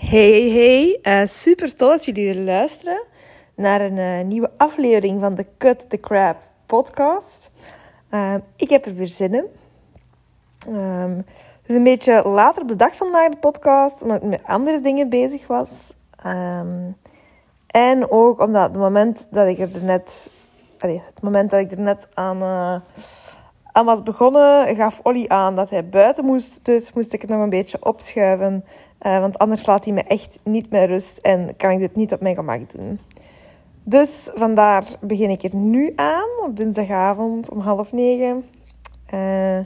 Hey. Super tof dat jullie weer luisteren naar een nieuwe aflevering van de Cut the Crap podcast. Ik heb er weer zin in. Het is een beetje later op de dag vandaag de podcast, omdat ik met andere dingen bezig was. En ook omdat het moment dat ik er net aan was begonnen, gaf Olly aan dat hij buiten moest. Dus moest ik het nog een beetje opschuiven. Want anders laat hij me echt niet meer rust en kan ik dit niet op mijn gemak doen. Dus vandaar begin ik er nu aan, op dinsdagavond om 8:30.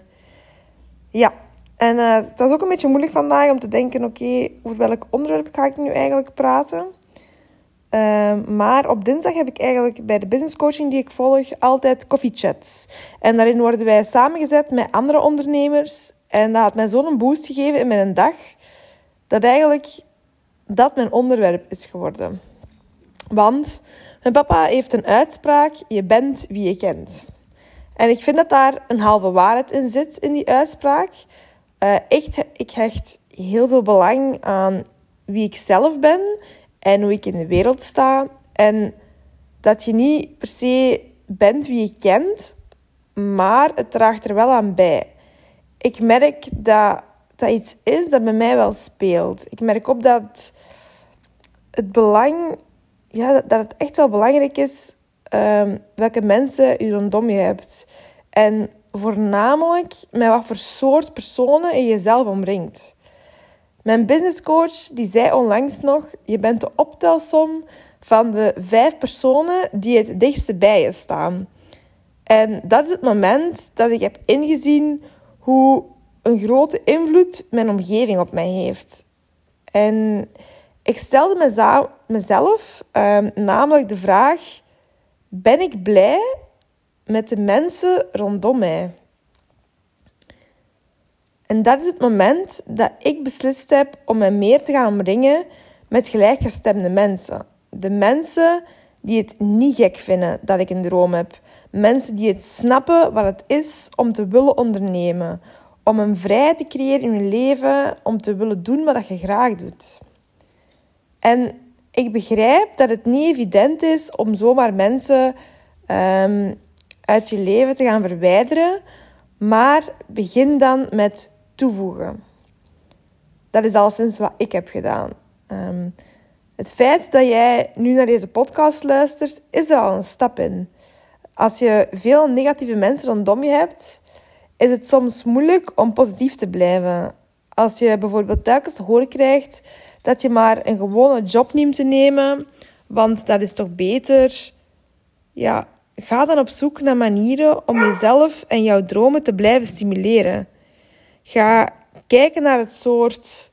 Het was ook een beetje moeilijk vandaag om te denken, oké, over welk onderwerp ga ik nu eigenlijk praten? Maar op dinsdag heb ik eigenlijk bij de business coaching die ik volg altijd koffiechats. En daarin worden wij samengezet met andere ondernemers. En dat had mij zo'n boost gegeven in mijn dag, dat eigenlijk dat mijn onderwerp is geworden. Want mijn papa heeft een uitspraak: je bent wie je kent. En ik vind dat daar een halve waarheid in zit, in die uitspraak. Ik hecht heel veel belang aan wie ik zelf ben en hoe ik in de wereld sta. En dat je niet per se bent wie je kent, maar het draagt er wel aan bij. Ik merk dat iets is dat bij mij wel speelt. Ik merk op dat dat het echt wel belangrijk is welke mensen je rondom je hebt. En voornamelijk met wat voor soort personen je jezelf omringt. Mijn businesscoach die zei onlangs nog: je bent de optelsom van de 5 personen die het dichtste bij je staan. En dat is het moment dat ik heb ingezien hoe een grote invloed mijn omgeving op mij heeft. En ik stelde mezelf namelijk de vraag: ben ik blij met de mensen rondom mij? En dat is het moment dat ik beslist heb om mij meer te gaan omringen met gelijkgestemde mensen. De mensen die het niet gek vinden dat ik een droom heb. Mensen die het snappen wat het is om te willen ondernemen. Om een vrijheid te creëren in je leven. Om te willen doen wat je graag doet. En ik begrijp dat het niet evident is om zomaar mensen uit je leven te gaan verwijderen. Maar begin dan met toevoegen. Dat is alleszins wat ik heb gedaan. Het feit dat jij nu naar deze podcast luistert, is er al een stap in. Als je veel negatieve mensen rondom je hebt, is het soms moeilijk om positief te blijven. Als je bijvoorbeeld telkens te horen krijgt dat je maar een gewone job neemt te nemen, want dat is toch beter. Ja, ga dan op zoek naar manieren om jezelf en jouw dromen te blijven stimuleren. Ga kijken naar het soort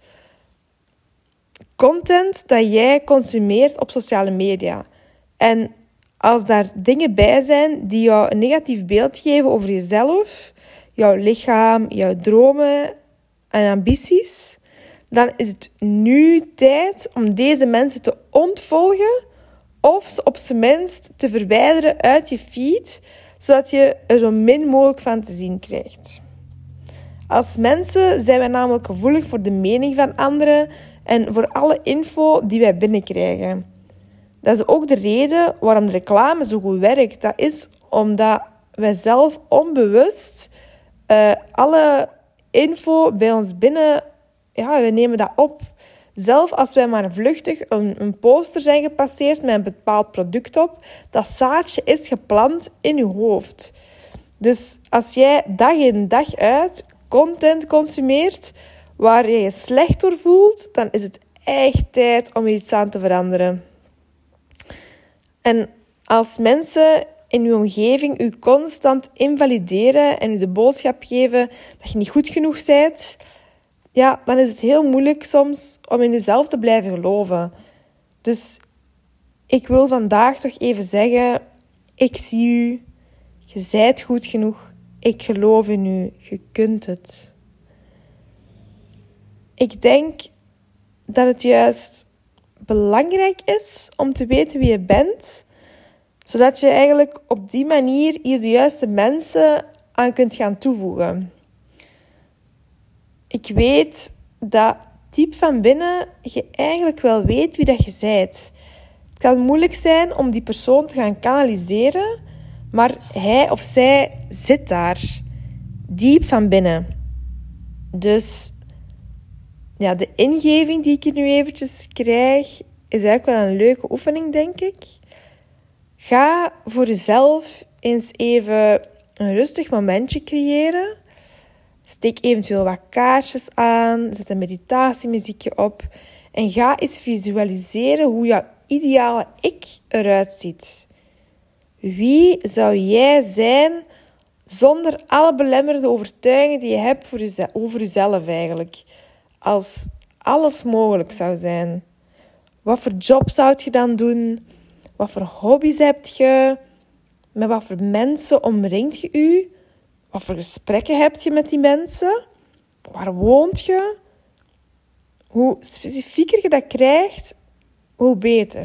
content dat jij consumeert op sociale media. En als daar dingen bij zijn die jou een negatief beeld geven over jezelf, jouw lichaam, jouw dromen en ambities, dan is het nu tijd om deze mensen te ontvolgen of ze op zijn minst te verwijderen uit je feed, zodat je er zo min mogelijk van te zien krijgt. Als mensen zijn wij namelijk gevoelig voor de mening van anderen en voor alle info die wij binnenkrijgen. Dat is ook de reden waarom de reclame zo goed werkt. Dat is omdat wij zelf onbewust alle info bij ons binnen, we nemen dat op. Zelf als wij maar vluchtig een poster zijn gepasseerd met een bepaald product op, dat zaadje is geplant in je hoofd. Dus als jij dag in dag uit content consumeert waar je je slecht door voelt, dan is het echt tijd om iets aan te veranderen. En als mensen in uw omgeving u constant invalideren en u de boodschap geven dat je niet goed genoeg bent, dan is het heel moeilijk soms om in jezelf te blijven geloven. Dus ik wil vandaag toch even zeggen: ik zie u, je bent goed genoeg, ik geloof in u, je kunt het. Ik denk dat het juist belangrijk is om te weten wie je bent, zodat je eigenlijk op die manier hier de juiste mensen aan kunt gaan toevoegen. Ik weet dat diep van binnen je eigenlijk wel weet wie dat je bent. Het kan moeilijk zijn om die persoon te gaan kanaliseren, maar hij of zij zit daar, diep van binnen. Dus ja, de ingeving die ik hier nu eventjes krijg, is eigenlijk wel een leuke oefening, denk ik. Ga voor jezelf eens even een rustig momentje creëren. Steek eventueel wat kaarsjes aan, zet een meditatiemuziekje op en ga eens visualiseren hoe jouw ideale ik eruit ziet. Wie zou jij zijn zonder alle belemmerende overtuigingen die je hebt over jezelf eigenlijk? Als alles mogelijk zou zijn. Wat voor job zou je dan doen? Wat voor hobby's heb je? Met wat voor mensen omringt je je? Wat voor gesprekken heb je met die mensen? Waar woont je? Hoe specifieker je dat krijgt, hoe beter.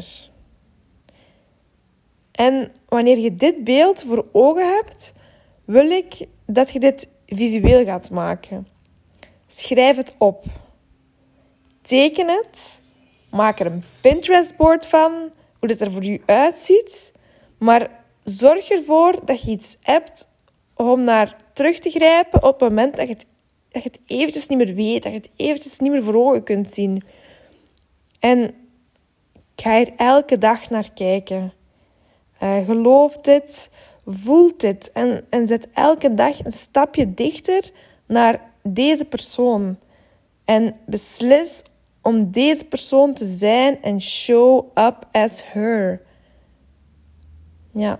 En wanneer je dit beeld voor ogen hebt, wil ik dat je dit visueel gaat maken. Schrijf het op. Teken het. Maak er een Pinterest-board van, hoe dit er voor je uitziet. Maar zorg ervoor dat je iets hebt om naar terug te grijpen op het moment dat je het eventjes niet meer weet, dat je het eventjes niet meer voor ogen kunt zien. En ik ga hier elke dag naar kijken. Geloof dit, voel dit en zet elke dag een stapje dichter naar deze persoon. En beslis om deze persoon te zijn en show up as her. Ja.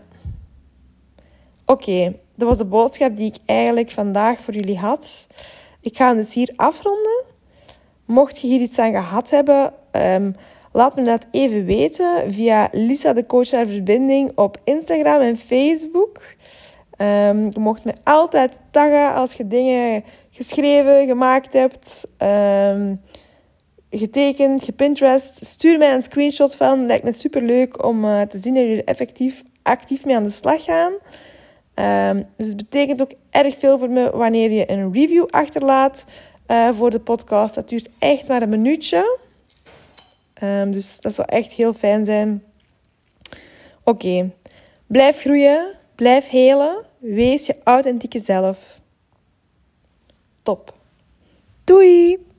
Oké, dat was de boodschap die ik eigenlijk vandaag voor jullie had. Ik ga hem dus hier afronden. Mocht je hier iets aan gehad hebben, laat me dat even weten via Lisa de Coach naar Verbinding op Instagram en Facebook. Je mocht me altijd taggen als je dingen geschreven, gemaakt hebt, getekend, gepinterest. Stuur mij een screenshot van. Lijkt me superleuk om te zien dat jullie er effectief actief mee aan de slag gaan. Dus het betekent ook erg veel voor me wanneer je een review achterlaat voor de podcast. Dat duurt echt maar een minuutje. Dus dat zou echt heel fijn zijn. Oké. Blijf groeien. Blijf helen. Wees je authentieke zelf. Top. Doei!